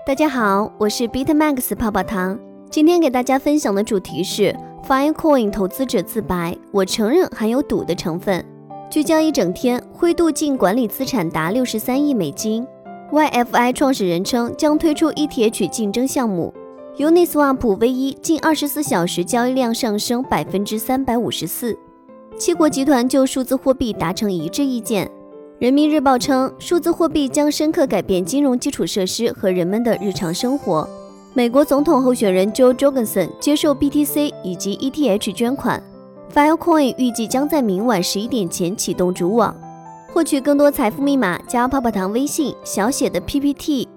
大家好，我是 BitMax 泡泡糖。今天给大家分享的主题是 Filecoin 投资者自白，我承认含有赌的成分。聚焦一整天，灰度净管理资产达63亿美金。YFI 创始人称将推出 ETH 竞争项目。Uniswap V1 近24小时交易量上升 354%。七国集团就数字货币达成一致意见。人民日报称，数字货币将深刻改变金融基础设施和人们的日常生活。美国总统候选人 Joe Jorgensen 接受 BTC 以及 ETH 捐款。Filecoin 预计将在明晚11点前启动主网。获取更多财富密码，加泡泡糖微信小写的 PPT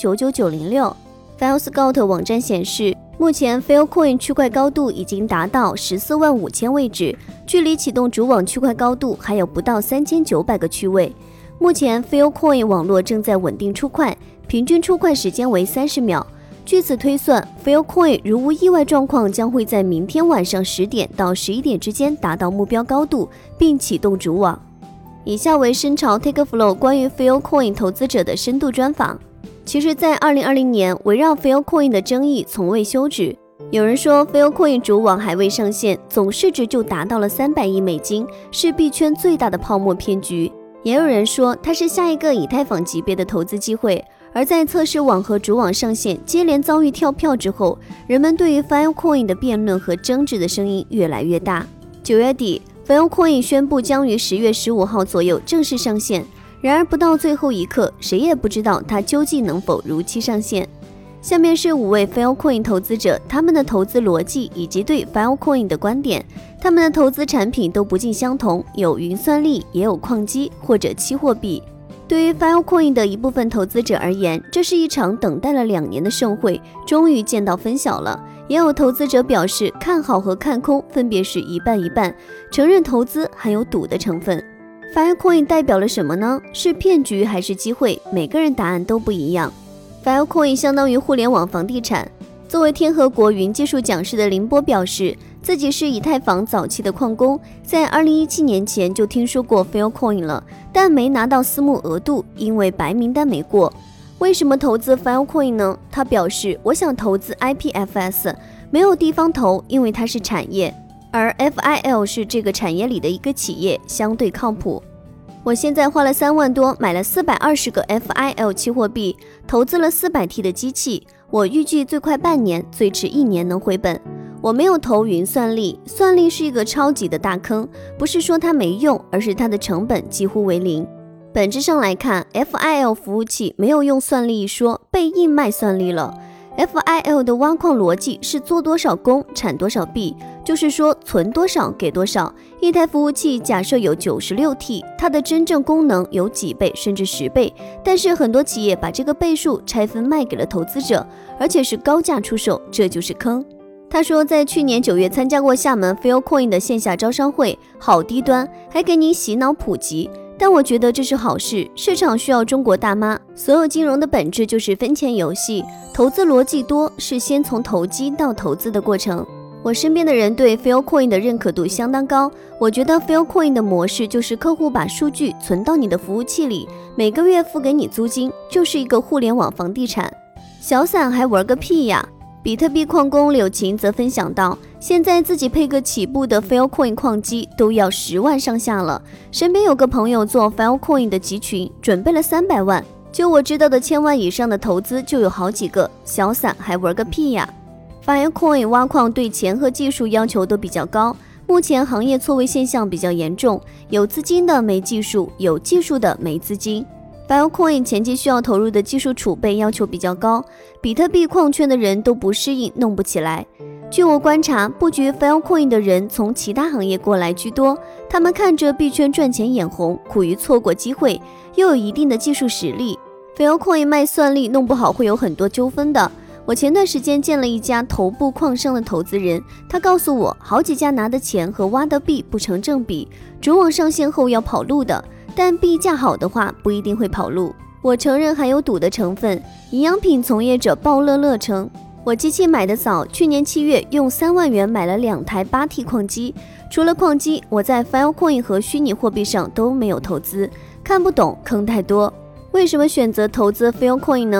199906。FileScout 网站显示，目前 Filecoin 区块高度已经达到145000位置，距离启动主网区块高度还有不到3900个区位。目前 Filecoin 网络正在稳定出块，平均出块时间为30秒。据此推算， Filecoin 如无意外状况将会在明天晚上10点到11点之间达到目标高度，并启动主网。以下为深潮 TakeFlow 关于 Filecoin 投资者的深度专访。其实在2020年，围绕 Filecoin 的争议从未休止。有人说 Filecoin 主网还未上线，总市值就达到了300亿美金，是币圈最大的泡沫骗局。也有人说它是下一个以太坊级别的投资机会。而在测试网和主网上线接连遭遇跳票之后，人们对于 Filecoin 的辩论和争执的声音越来越大。9月底 Filecoin 宣布将于10月15号左右正式上线，然而不到最后一刻，谁也不知道它究竟能否如期上线。下面是5位 Filecoin 投资者他们的投资逻辑以及对 Filecoin 的观点。他们的投资产品都不尽相同，有云算力，也有矿机或者期货币。对于 Filecoin 的一部分投资者而言，这是一场等待了2年的盛会，终于见到分晓了。也有投资者表示看好和看空分别是一半一半，承认投资含有赌的成分。Filecoin 代表了什么呢？是骗局还是机会？每个人答案都不一样。Filecoin 相当于互联网房地产。作为天河国云技术讲师的林波表示，自己是以太坊早期的矿工，在2017年前就听说过 Filecoin 了，但没拿到私募额度，因为白名单没过。为什么投资 Filecoin 呢？他表示，我想投资 IPFS， 没有地方投，因为它是产业，而 FIL 是这个产业里的一个企业，相对靠谱。我现在花了3万多买了420个 FIL 期货币，投资了400T 的机器，我预计最快半年，最迟1年能回本。我没有投云算力，算力是一个超级的大坑，不是说它没用，而是它的成本几乎为0。本质上来看， FIL 服务器没有用算力一说，被硬卖算力了。FIL 的挖矿逻辑是做多少工产多少币，就是说存多少给多少。一台服务器假设有96T， 它的真正功能有几倍甚至10倍，但是很多企业把这个倍数拆分卖给了投资者，而且是高价出售，这就是坑。他说在去年9月参加过厦门 Filecoin 的线下招商会，好低端，还给你洗脑普及。但我觉得这是好事，市场需要中国大妈。所有金融的本质就是分钱游戏，投资逻辑多是先从投机到投资的过程。我身边的人对 Filecoin 的认可度相当高，我觉得 Filecoin 的模式就是客户把数据存到你的服务器里，每个月付给你租金，就是一个互联网房地产。小散还玩个屁呀！比特币矿工柳琴则分享到，现在自己配个起步的 Filecoin 矿机都要10万上下了。身边有个朋友做 Filecoin 的集群，准备了300万。就我知道的1000万以上的投资就有好几个，小散还玩个屁呀！ Filecoin 挖矿对钱和技术要求都比较高，目前行业错位现象比较严重，有资金的没技术，有技术的没资金。Filecoin 前期需要投入的技术储备要求比较高，比特币矿圈的人都不适应，弄不起来。据我观察，布局 Filecoin 的人从其他行业过来居多，他们看着币圈赚钱眼红，苦于错过机会，又有一定的技术实力。Filecoin 卖算力弄不好会有很多纠纷的。我前段时间见了一家头部矿商的投资人，他告诉我，好几家拿的钱和挖的币不成正比，主网上线后要跑路的。但币价好的话不一定会跑路。我承认含有赌的成分。营养品从业者鲍乐乐称，我机器买的早，去年7月用3万元买了2台8T 矿机，除了矿机，我在 Filecoin 和虚拟货币上都没有投资，看不懂，坑太多。为什么选择投资 Filecoin 呢？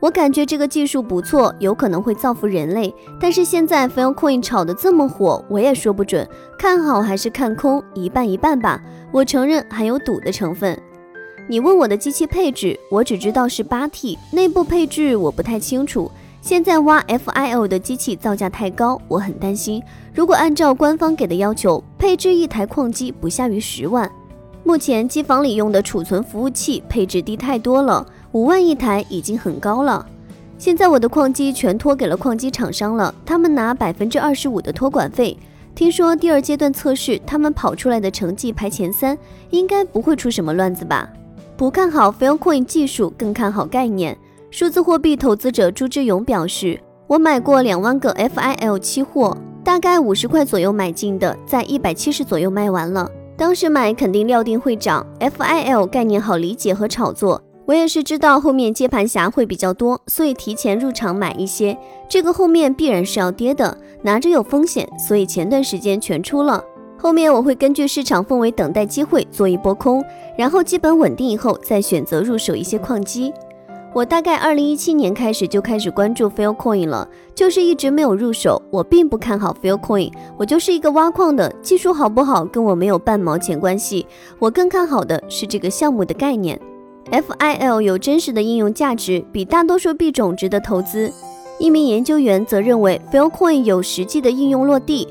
我感觉这个技术不错，有可能会造福人类，但是现在 Filecoin 炒得这么火，我也说不准，看好还是看空，一半一半吧。我承认含有赌的成分。你问我的机器配置，我只知道是 8T， 内部配置我不太清楚。现在挖 FIL 的机器造价太高，我很担心。如果按照官方给的要求，配置一台矿机不下于10万。目前机房里用的储存服务器配置低太多了，5万一台已经很高了。现在我的矿机全托给了矿机厂商了，他们拿25%的托管费。听说第2阶段测试，他们跑出来的成绩排前3，应该不会出什么乱子吧？不看好 Filecoin 技术，更看好概念。数字货币投资者朱志勇表示，我买过2万个 FIL 期货，大概50块左右买进的，在170左右卖完了。当时买肯定料定会涨 ，FIL 概念好理解和炒作，我也是知道后面接盘侠会比较多，所以提前入场买一些。这个后面必然是要跌的，拿着有风险，所以前段时间全出了。后面我会根据市场氛围等待机会做一波空，然后基本稳定以后再选择入手一些矿机。我大概2017年开始就开始关注 Filecoin 了，就是一直没有入手。我并不看好 Filecoin， 我就是一个挖矿的，技术好不好跟我没有半毛钱关系。我更看好的是这个项目的概念。FIL 有真实的应用价值，比大多数币种值得投资。一名研究员则认为 Filecoin 有实际的应用落地，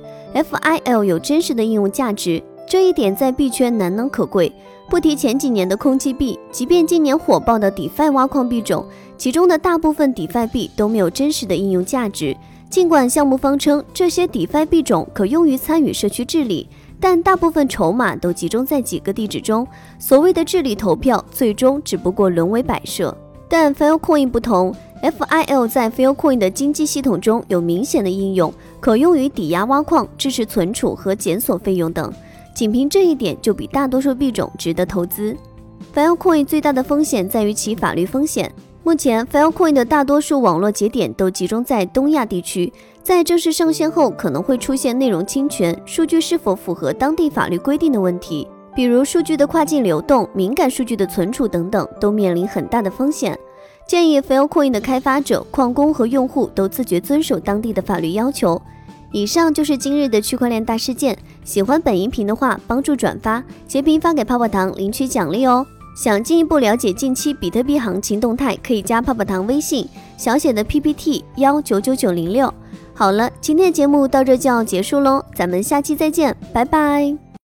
FIL 有真实的应用价值，这一点在币圈难能可贵。不提前几年的空气币，即便今年火爆的 DeFi 挖矿币种，其中的大部分 DeFi 币都没有真实的应用价值。尽管项目方称这些 DeFi 币种可用于参与社区治理，但大部分筹码都集中在几个地址中，所谓的治理投票最终只不过沦为摆设。但 Filecoin 不同， FIL 在 Filecoin 的经济系统中有明显的应用，可用于抵押挖矿、支持存储和检索费用等。仅凭这一点就比大多数币种值得投资。Filecoin 最大的风险在于其法律风险。目前 Filecoin 的大多数网络节点都集中在东亚地区，在正式上线后可能会出现内容侵权、数据是否符合当地法律规定的问题，比如数据的跨境流动、敏感数据的存储等等，都面临很大的风险。建议 Filecoin 的开发者、矿工和用户都自觉遵守当地的法律要求。以上就是今日的区块链大事件，喜欢本音频的话，帮助转发、截屏发给泡泡糖领取奖励哦。想进一步了解近期比特币行情动态，可以加泡泡糖微信，小写的 PPT 199906。好了，今天的节目到这就要结束喽，咱们下期再见，拜拜。